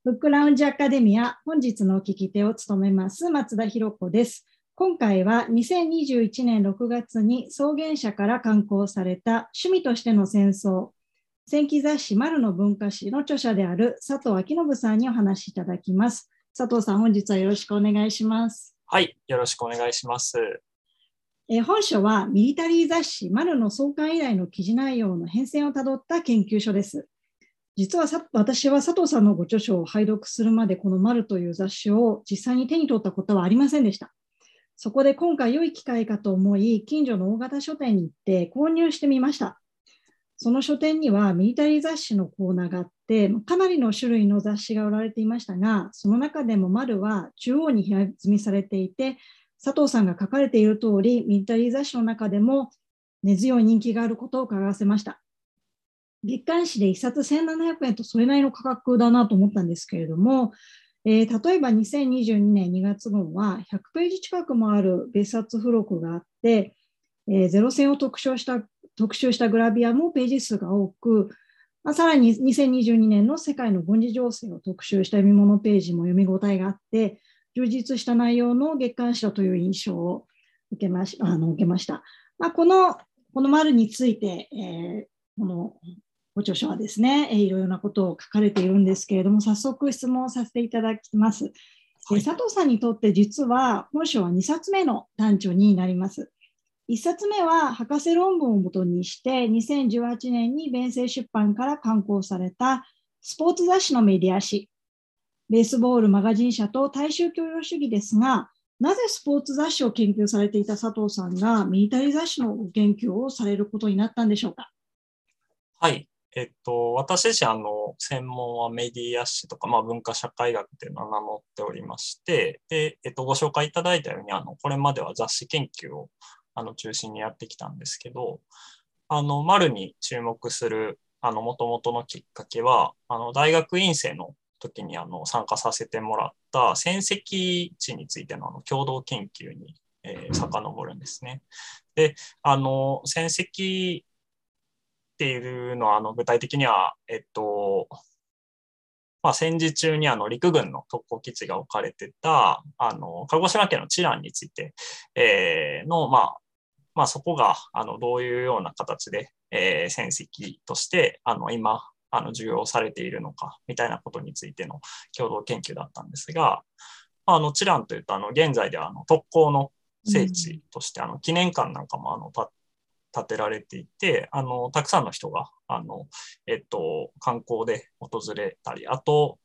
ブックラウンジアカデミア、本日の聞き手を務めます松田博子です。今回は2021年6月に草原社から刊行された趣味としての戦争、戦記雑誌丸の文化史の著者である佐藤昭信さんにお話しいただきます。佐藤さん、本日はよろしくお願いします。 はい、よろしくお願いします。 本書はミリタリー雑誌丸の創刊以来の記事内容の変遷をたどった研究書です。実は私は佐藤さんのご著書を拝読するまでこの丸という雑誌を実際に手に取ったことはありませんでした。そこで今回良い機会かと思い、近所の大型書店に行って購入してみました。その書店にはミリタリー雑誌のコーナーがあって、かなりの種類の雑誌が売られていましたが、その中でも丸は中央に平積みされていて、佐藤さんが書かれている通り、ミリタリー雑誌の中でも根強い人気があることを伺わせました。月刊誌で1冊1700円とそれなりの価格だなと思ったんですけれども、例えば2022年2月号は100ページ近くもある別冊付録があって、ゼロ戦を特集したグラビアもページ数が多く、さらに2022年の世界の軍事情勢を特集した読み物ページも読み応えがあって、充実した内容の月刊誌だという印象を受けました。この丸について、このご著書はですね、いろいろなことを書かれているんですけれども、早速質問させていただきます。はい、佐藤さんにとって実は本書は2冊目の短著になります。1冊目は博士論文をもとにして2018年に弁声出版から刊行されたスポーツ雑誌のメディア誌、ベースボールマガジン社と大衆教養主義ですが、なぜスポーツ雑誌を研究されていた佐藤さんがミリタリー雑誌の研究をされることになったんでしょうか。 はい。私自身、専門はメディア史とか、文化社会学というのを名乗っておりまして、で、ご紹介いただいたように、これまでは雑誌研究を、中心にやってきたんですけど、丸に注目する、元々のきっかけは、大学院生の時に、参加させてもらった戦績地についての、共同研究に、遡るんですね。で、戦績っていうのは、具体的には、戦時中に陸軍の特攻基地が置かれてた、鹿児島県の知覧について、そこが、どういうような形で、戦績として、今、重要されているのか、みたいなことについての共同研究だったんですが、知覧というと、現在では、特攻の聖地として、記念館なんかも、建てられていて、たくさんの人が、観光で訪れたり、あと、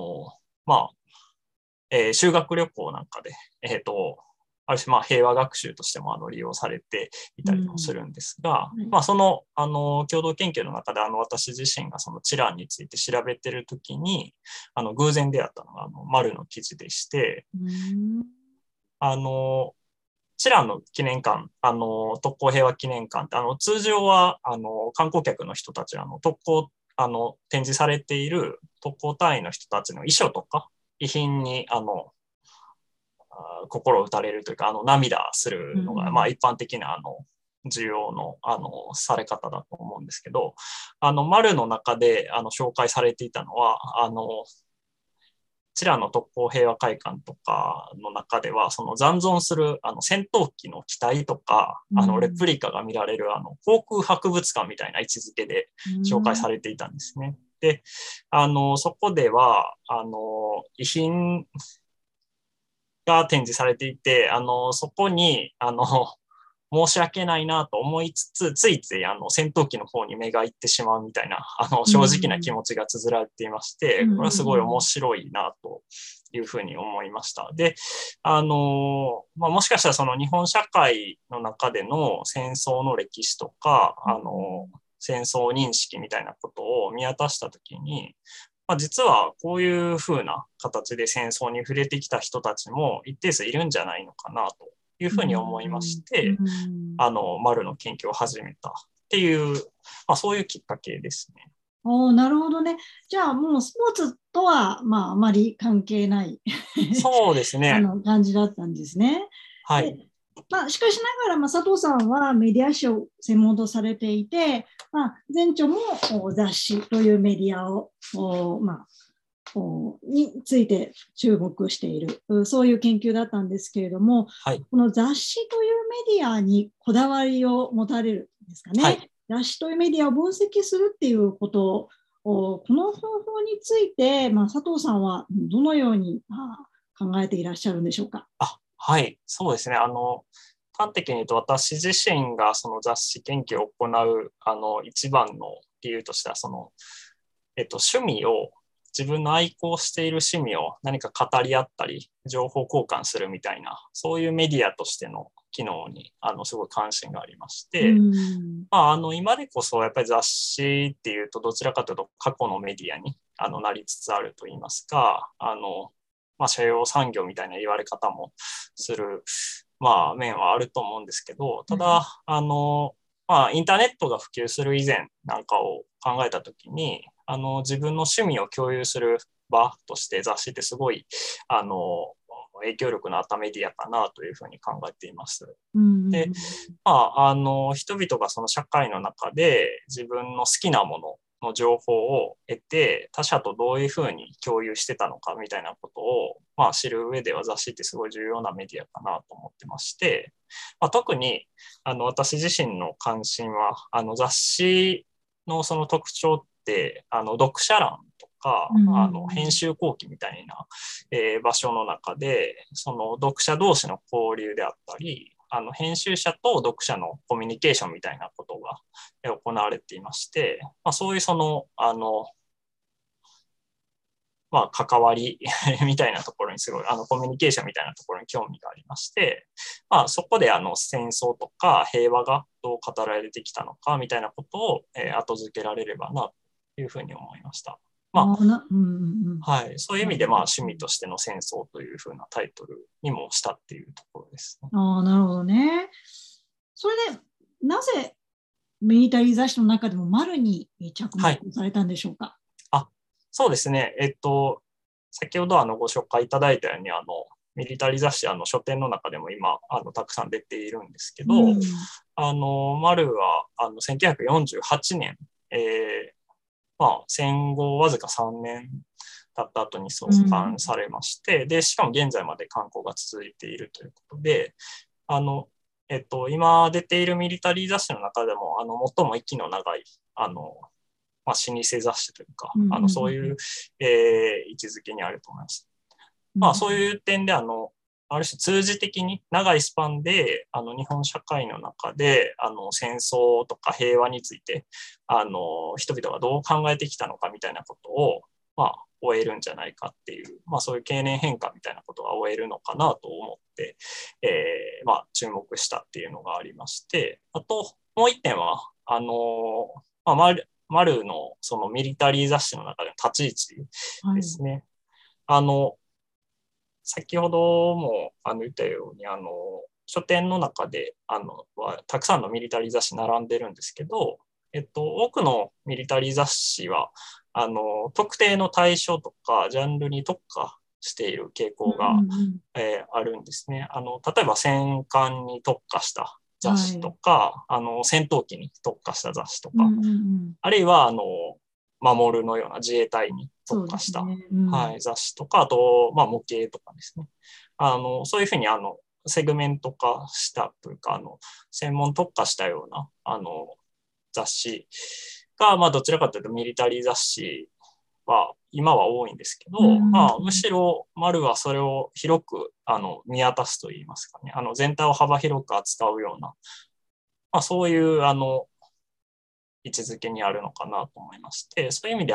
修学旅行なんかで、ある種、平和学習としても利用されていたりもするんですが、その、共同研究の中で、私自身がその知覧について調べてるときに、偶然出会ったのが、丸の記事でして、知覧の記念館、特攻平和記念館って、通常は、観光客の人たち、特攻、展示されている特攻隊員の人たちの衣装とか、遺品に、心を打たれるというか、涙するのが、一般的な、需要の、され方だと思うんですけど、丸の中で、紹介されていたのは、知覧の特攻平和会館とかの中では、その残存する戦闘機の機体とか、レプリカが見られる航空博物館みたいな位置づけで紹介されていたんですね。で、そこでは、遺品が展示されていて、そこに、申し訳ないなと思いつつ、ついつい戦闘機の方に目がいってしまうみたいな、正直な気持ちが綴られていまして、これはすごい面白いなというふうに思いました。で、もしかしたらその日本社会の中での戦争の歴史とか、戦争認識みたいなことを見渡したときに、実はこういうふうな形で戦争に触れてきた人たちも一定数いるんじゃないのかなというふうに思いまして、丸の研究を始めたっていう、そういうきっかけですね。 なるほどね。じゃあもうスポーツとは、あまり関係ないそうですね。 感じだったんですね。 はい。 しかしながら、佐藤さんはメディア誌を専門とされていて、前著も雑誌というメディアを、 について注目している、そういう研究だったんですけれども、 はい。 この雑誌というメディアにこだわりを持たれるんですかね。 はい。 雑誌というメディアを分析するっていうことを、この方法について、佐藤さんはどのように考えていらっしゃるんでしょうか。 はい。そうですね。端的に言うと私自身がその雑誌研究を行う、一番の理由としては、趣味を、自分の愛好している趣味を何か語り合ったり、情報交換するみたいな、そういうメディアとしての機能に、すごい関心がありましうて、 ん。 今でこそやっぱり雑誌っていうと、どちらかというと過去のメディアになりつつあるといいますか、社用産業みたいな言われ方もする、面はあると思うんですけど、ただ、インターネットが普及する以前なんかを考えたときに、自分の趣味を共有する場として雑誌ってすごい、影響力のあったメディアかなというふうに考えています。で、人々がその社会の中で自分の好きなものの情報を得て、他者とどういうふうに共有してたのかみたいなことを、知る上では雑誌ってすごい重要なメディアかなと思ってまして、特に私自身の関心は、雑誌のその特徴って、読者欄とか、編集後期みたいな、場所の中で、その読者同士の交流であったり、編集者と読者のコミュニケーションみたいなことが行われていまして、そういう関わりみたいなところにすごい、コミュニケーションみたいなところに興味がありまして、そこで戦争とか平和がどう語られてきたのかみたいなことを、後付けられればなというふうに思いました。はい。そういう意味で、趣味としての戦争というふうなタイトルにもしたっていうところですね。 なるほどね。それで、なぜミリタリー雑誌の中でも丸に着目されたんでしょうか。 そうですね。先ほどご紹介いただいたように、ミリタリー雑誌、書店の中でも今、たくさん出ているんですけど、丸は、1948年、戦後わずか3年経った後に創刊されまして、で、しかも現在まで刊行が続いているということで、今出ているミリタリー雑誌の中でも、最も息の長い、老舗雑誌というか、そういう、位置づけにあると思います。そういう点で、ある種通じ的に長いスパンで、日本社会の中で、戦争とか平和について、人々がどう考えてきたのかみたいなことを、終えるんじゃないかっていう、そういう経年変化みたいなことが終えるのかなと思って、注目したっていうのがありまして、あと、もう一点は、丸のそのミリタリー雑誌の中での立ち位置ですね。先ほども言ったように、書店の中ではたくさんのミリタリー雑誌並んでるんですけど、多くのミリタリー雑誌は、特定の対象とかジャンルに特化している傾向が、あるんですね。例えば戦艦に特化した雑誌とか、戦闘機に特化した雑誌とか、あるいは、守るのような自衛隊に特化した、雑誌とか、あと、模型とかですね。そういうふうに、セグメント化したというか、専門特化したような、雑誌が、どちらかというとミリタリー雑誌は今は多いんですけど、むしろ丸はそれを広く見渡すといいますかね、全体を幅広く扱うような、そういう位置づけにあるのかなと思いまして、そういう意味で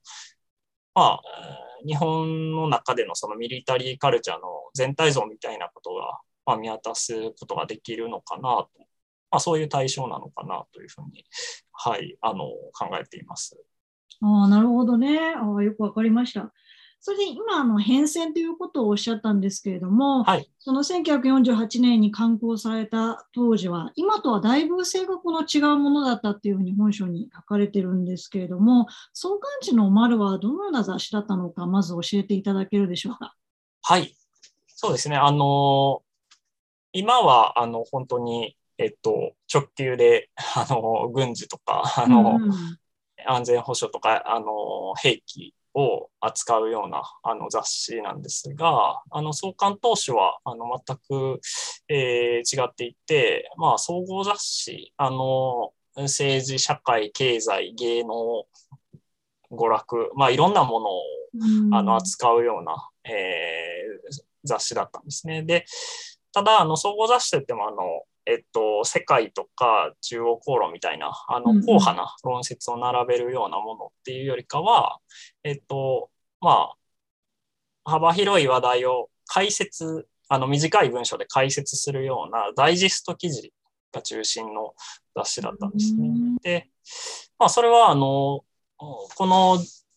日本の中でのそのミリタリーカルチャーの全体像みたいなことが、見渡すことができるのかなと、そういう対象なのかなというふうに、考えています。 なるほどね。よくわかりました。それで今、変遷ということをおっしゃったんですけれども、その1948年に刊行された当時は、今とはだいぶ性格の違うものだったっていうふうに本書に書かれてるんですけれども、創刊時の丸はどのような雑誌だったのか、まず教えていただけるでしょうか。 はい。そうですね。今は、本当に、直球で、軍事とか、安全保障とか、兵器を扱うような雑誌なんですが、創刊当初は全く、違っていて、まあ、総合雑誌、政治、社会、経済、芸能、娯楽、まあ、いろんなものを扱うような、雑誌だったんですね。で、ただ、総合雑誌といっても、世界とか中央公論みたいな、硬派な論説を並べるようなものっていうよりかは、まあ、幅広い話題を解説、短い文章で解説するようなダイジェスト記事が中心の雑誌だったんですね。で、まあ、それは、この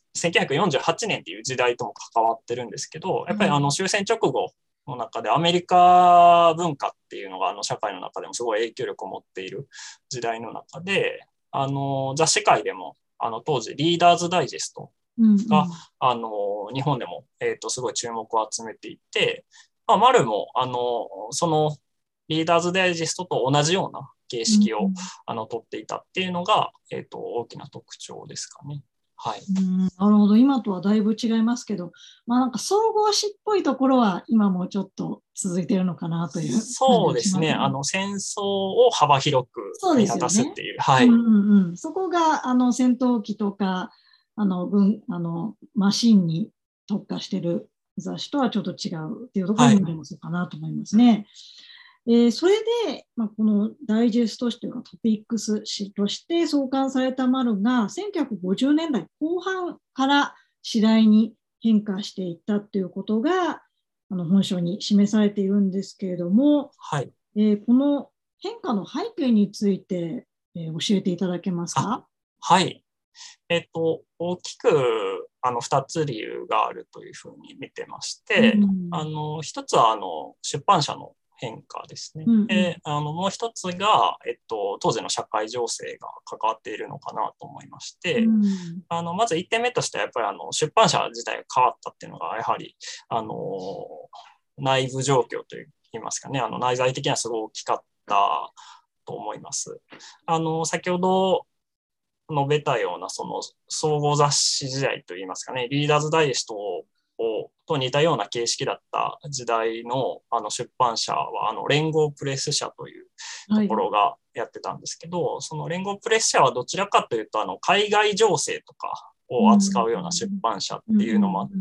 1948年っていう時代とも関わってるんですけど、やっぱり終戦直後の中でアメリカ文化っていうのが社会の中でもすごい影響力を持っている時代の中で、雑誌界でも当時リーダーズダイジェストが、日本でも、すごい注目を集めていて、まあ、マルもそのリーダーズダイジェストと同じような形式を、取っていたっていうのが、大きな特徴ですかね。はい、 なるほど。今とはだいぶ違いますけど、まあなんか総合誌っぽいところは今もちょっと続いているのかなという感じがしますね。 そうですね。戦争を幅広く見渡すっていう。はい。 そこが戦闘機とかマシンに特化している雑誌とはちょっと違うっていうところにもそうかなと思いますね。それで、まあ、このダイジェスト誌というかトピックス誌として創刊されたマルが1950年代後半から次第に変化していったということが本書に示されているんですけれども、 はい、 この変化の背景について、教えていただけますか？ はい。大きく2つ理由があるというふうに見てまして、一つは出版社の変化ですね。で、もう一つが、当時の社会情勢が関わっているのかなと思いまして、まず1点目としてはやっぱり出版社自体が変わったっていうのがやはり内部状況といいますかね、内在的にはすごい大きかったと思います。先ほど述べたようなその総合雑誌時代といいますかね、リーダーズダイジェストと似たような形式だった時代の出版社は連合プレス社というところがやってたんですけど、その連合プレス社はどちらかというと海外情勢とかを扱うような出版社っていうのもあって、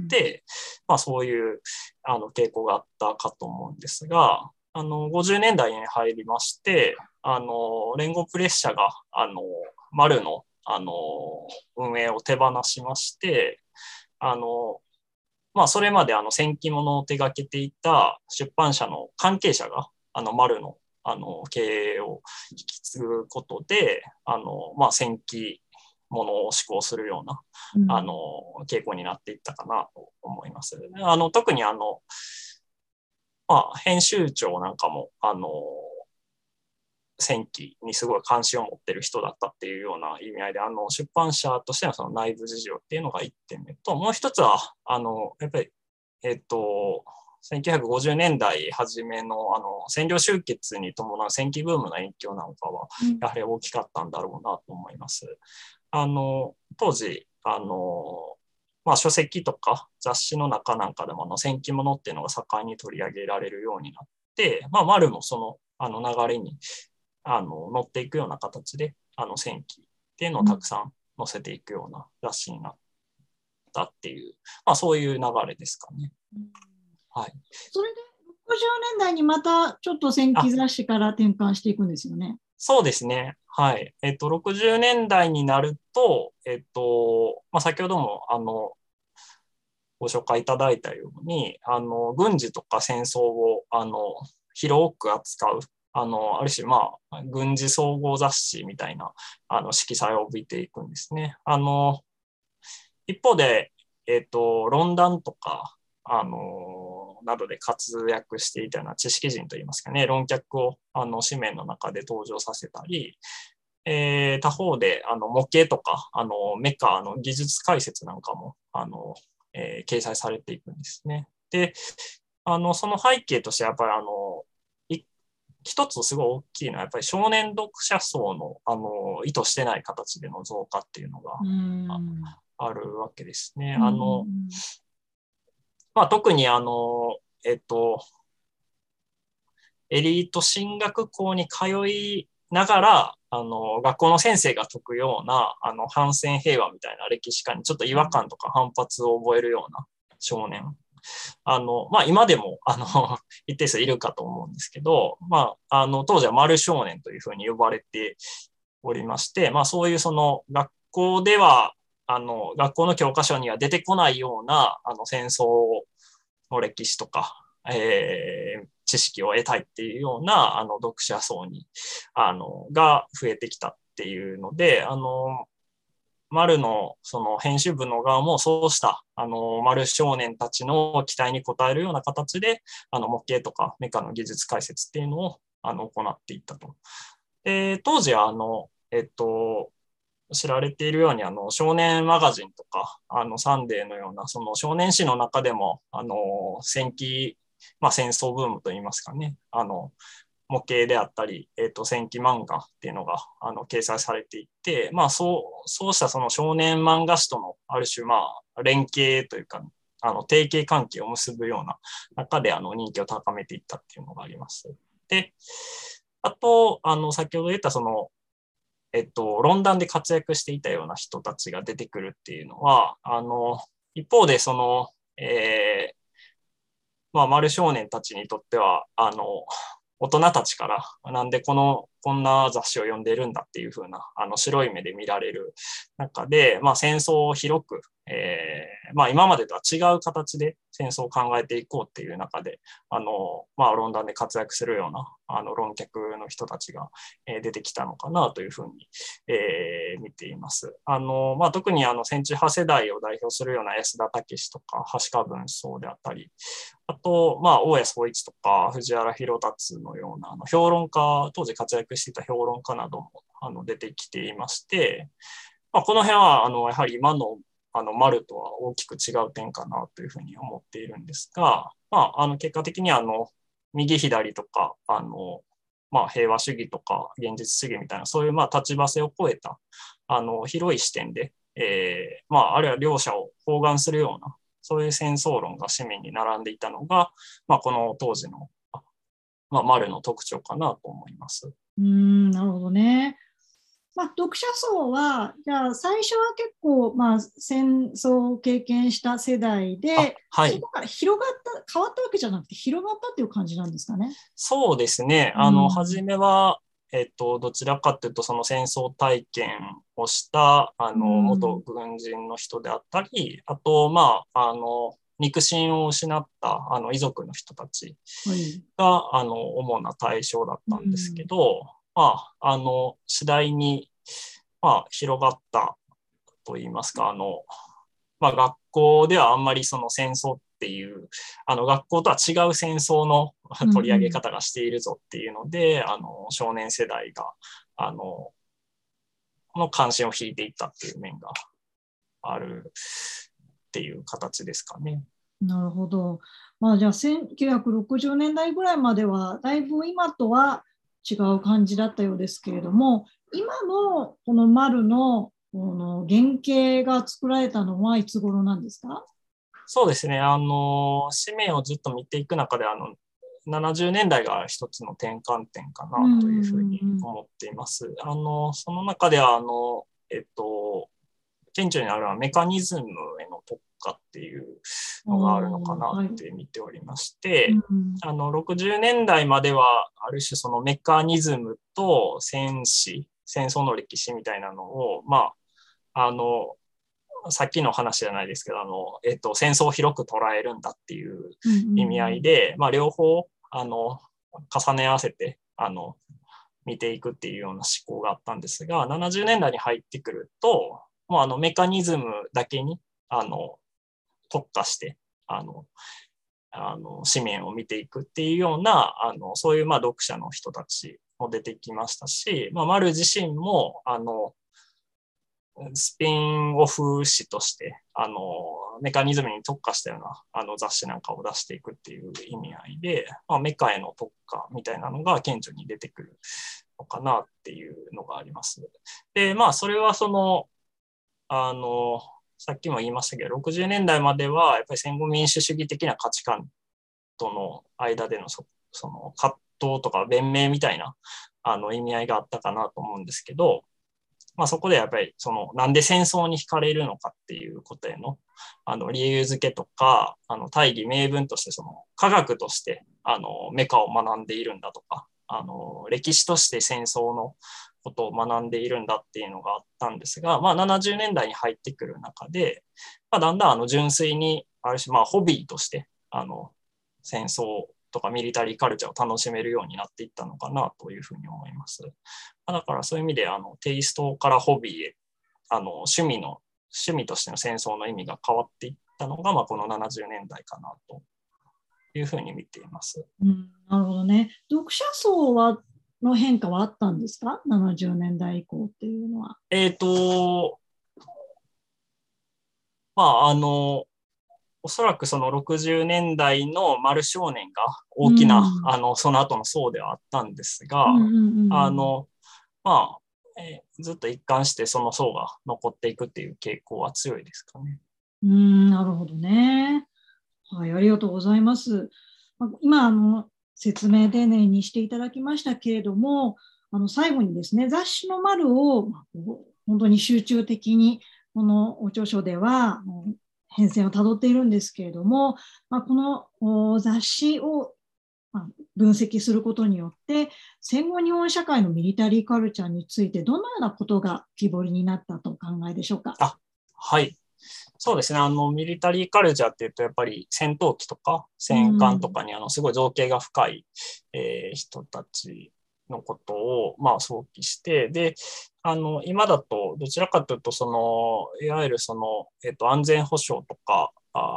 まあ、そういう傾向があったかと思うんですが、50年代に入りまして、連合プレス社がマルの運営を手放しまして、まあ、それまで戦記物を手掛けていた出版社の関係者がマルの経営を引き継ぐことでまあ、戦記物を施行するような傾向になっていったかなと思います。特にまあ、編集長なんかも戦記にすごい関心を持ってる人だったっていうような意味合いで、出版社としてのその内部事情っていうのが1点目と、もう一つは、やっぱり、1950年代初めの占領終結に伴う戦記ブームの影響なんかは、やはり大きかったんだろうなと思います。当時、まあ、書籍とか雑誌の中なんかでも戦記物っていうのが盛んに取り上げられるようになって、まあ、マルもその流れに乗っていくような形で戦記っていうのをたくさん載せていくような雑誌になったっていう、まあ、そういう流れですかね。はい、 それで60年代にまたちょっと戦記雑誌から転換していくんですよね。 そうですね。はい。60年代になると、まあ、先ほどもご紹介いただいたように、軍事とか戦争を広く扱うある種、まあ、軍事総合雑誌みたいな色彩を帯びていくんですね。一方で、論壇とか、などで活躍していたような知識人といいますかね、論客を紙面の中で登場させたり、他方で模型とかメカの技術解説なんかも掲載されていくんですね。で、その背景としてやっぱり一つすごい大きいのはやっぱり少年読者層の意図してない形での増加っていうのがあるわけですね。 うん特にエリート進学校に通いながら、学校の先生が説くような、反戦平和みたいな歴史観にちょっと違和感とか反発を覚えるような少年。今でも、一定数いるかと思うんですけど、当時は丸少年というふうに呼ばれておりまして、そういうその学校では、学校の教科書には出てこないような、戦争の歴史とか、知識を得たいっていうような、読者層に、が増えてきたっていうので、丸のその編集部の側もそうした丸少年たちの期待に応えるような形で模型とかメカの技術解説っていうのを行っていったと。で当時は知られているように少年マガジンとかサンデーのようなその少年誌の中でも戦記、戦争ブームといいますかね模型であったり、戦記漫画っていうのが掲載されていて、そうしたその少年漫画誌とのある種連携というか提携関係を結ぶような中で人気を高めていったっていうのがあります。で、あと先ほど言ったその論壇で活躍していたような人たちが出てくるっていうのは、一方でその、丸少年たちにとっては、大人たちからなんでこんな雑誌を読んでるんだっていう風な白い目で見られる中で、戦争を広く、今までとは違う形で戦争を考えていこうっていう中で論壇で活躍するような論客の人たちが出てきたのかなというふうに、見ています。特に戦中派世代を代表するような安田武とか橋川文宗であったり、あと、大谷宗一とか藤原弘達のような評論家、当時活躍していた評論家なども出てきていまして、この辺はやはり今の丸とは大きく違う点かなというふうに思っているんですが、結果的に右左とか平和主義とか現実主義みたいなそういう立場性を超えた広い視点で、あるいは両者を包含するようなそういう戦争論が紙面に並んでいたのが、この当時の、丸の特徴かなと思います。 なるほどね。読者層は、じゃあ最初は結構、戦争を経験した世代で、 はい、 そこから変わったわけじゃなくて広がったっていう感じなんですかね。 そうですね。初めは、どちらかというと、その戦争体験をした、元軍人の人であったり、あと、肉親を失った、遺族の人たちが、主な対象だったんですけど、次第に、広がったといいますか、学校ではあんまりその戦争っていう、学校とは違う戦争の取り上げ方がしているぞっていうので、少年世代が、この関心を引いていったっていう面があるっていう形ですかね。 なるほど。じゃあ1960年代ぐらいまではだいぶ今とは違う感じだったようですけれども、今のこの丸のこの原型が作られたのはいつ頃なんですか？ そうですね。紙面をずっと見ていく中で、70年代が一つの転換点かなというふうに思っています。その中では、顕著にあるのはメカニズムへの特化っていうのがあるのかなって見ておりまして、60年代まではある種そのメカニズムと戦争の歴史みたいなのを、さっきの話じゃないですけど、戦争を広く捉えるんだっていう意味合いで、両方、重ね合わせて、見ていくっていうような思考があったんですが、70年代に入ってくると、もうメカニズムだけに、特化して、紙面を見ていくっていうような、そういう読者の人たちも出てきましたし、丸自身も、スピンオフ誌として、メカニズムに特化したような雑誌なんかを出していくっていう意味合いで、メカへの特化みたいなのが顕著に出てくるのかなっていうのがあります。で、それはその、 さっきも言いましたけど、60年代まではやっぱり戦後民主主義的な価値観との間でのその葛藤とか弁明みたいな意味合いがあったかなと思うんですけど、まあ、そこでやっぱりなんで戦争に惹かれるのかっていうことへの理由付けとか大義名分として科学としてメカを学んでいるんだとか歴史として戦争のことを学んでいるんだっていうのがあったんですが、まあ、70年代に入ってくる中で、まあ、だんだん純粋にある種まあホビーとして戦争とかミリタリーカルチャーを楽しめるようになっていったのかなというふうに思います。だからそういう意味でテイストからホビーへ趣味としての戦争の意味が変わっていったのが、まあ、この70年代かなというふうに見ています。 なるほどね。読者層の変化はあったんですか ?70 年代以降っていうのは。 まあおそらくその60年代の丸少年が大きな、その後の層ではあったんですが、まあ、ずっと一貫してその層が残っていくっていう傾向は強いですかね。 なるほどね。はい、ありがとうございます。今、説明丁寧にしていただきましたけれども、最後にですね、雑誌の丸を本当に集中的に、この著書では変遷をたどっているんですけれども、この雑誌を分析することによって、戦後日本社会のミリタリーカルチャーについてどのようなことが浮き彫りになったとお考えでしょうか。 はい。そうですね。ミリタリーカルチャーっていうと、やっぱり戦闘機とか戦艦とかにすごい造形が深い、人たちのことを、まあ、想起して、で、今だと、どちらかというと、いわゆる安全保障とか、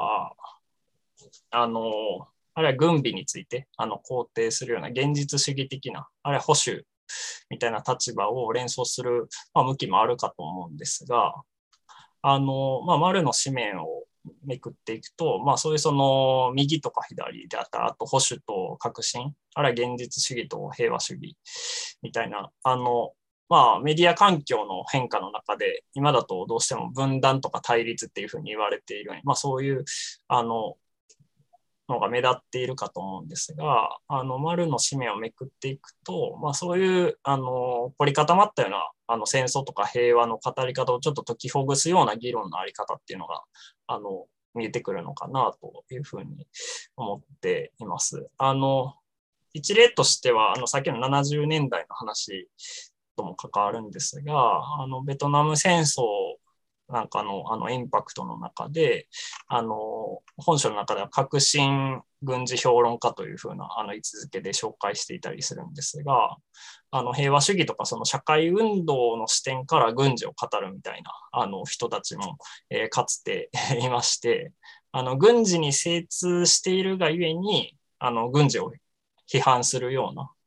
あるいは軍備について肯定するような現実主義的な、あるいは保守みたいな立場を連想する、向きもあるかと思うんですが、丸の紙面をめくっていくと、そういう右とか左であったら、あと保守と革新、あるいは現実主義と平和主義みたいな、メディア環境の変化の中で、今だとどうしても分断とか対立っていうふうに言われているように、そういうのが目立っているかと思うんですが、丸の紙面をめくっていくと、そういう凝り固まったような戦争とか平和の語り方をちょっと解きほぐすような議論のあり方っていうのが見えてくるのかなというふうに思っています。一例としてはさっきの70年代の話とも関わるんですが、ベトナム戦争なんかのインパクトの中で、本書の中では革新軍事評論家というふうな位置づけで紹介していたりするんですが、平和主義とか社会運動の視点から軍事を語るみたいな人たちも、かつていまして、軍事に精通しているがゆえに軍事を批判するような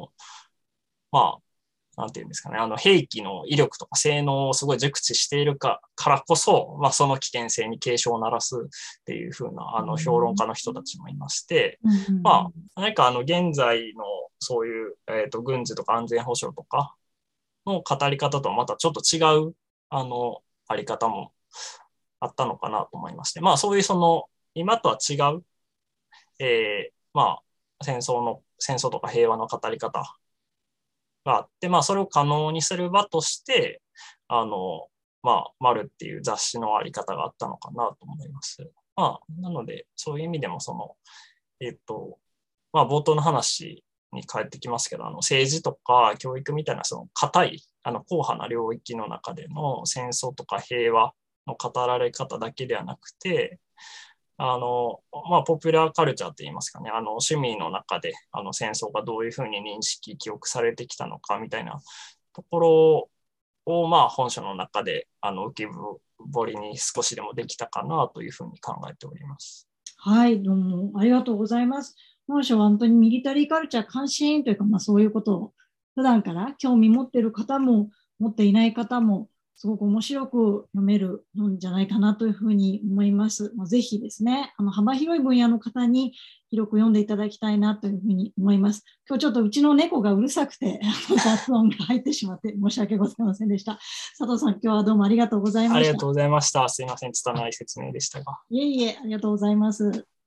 なんていうんですかね、兵器の威力とか性能をすごい熟知しているからこそ、その危険性に警鐘を鳴らすっていう風な評論家の人たちもいまして、何か現在のそういう、軍事とか安全保障とかの語り方とはまたちょっと違うあり方もあったのかなと思いまして、そういう今とは違う、戦争とか平和の語り方があって、それを可能にする場として、丸っていう雑誌のあり方があったのかなと思います。なので、そういう意味でも冒頭の話に返ってきますけど、政治とか教育みたいな固い、硬派な領域の中での戦争とか平和の語られ方だけではなくて、ポピュラーカルチャーって言いますかね、趣味の中で戦争がどういうふうに認識、記憶されてきたのかみたいなところを、本書の中で浮き彫りに少しでもできたかなというふうに考えております。 はい、どうもありがとうございます。本書は本当にミリタリーカルチャー関心というか、そういうことを普段から興味持っている方も持っていない方もすごく面白く読めるんじゃないかなというふうに思います。ぜひですね、幅広い分野の方に広く読んでいただきたいなというふうに思います。今日ちょっとうちの猫がうるさくて雑音が入ってしまって申し訳ございませんでした。佐藤さん、今日はどうもありがとうございました。 ありがとうございました。すいません、拙い説明でしたが。 いえいえ、ありがとうございます。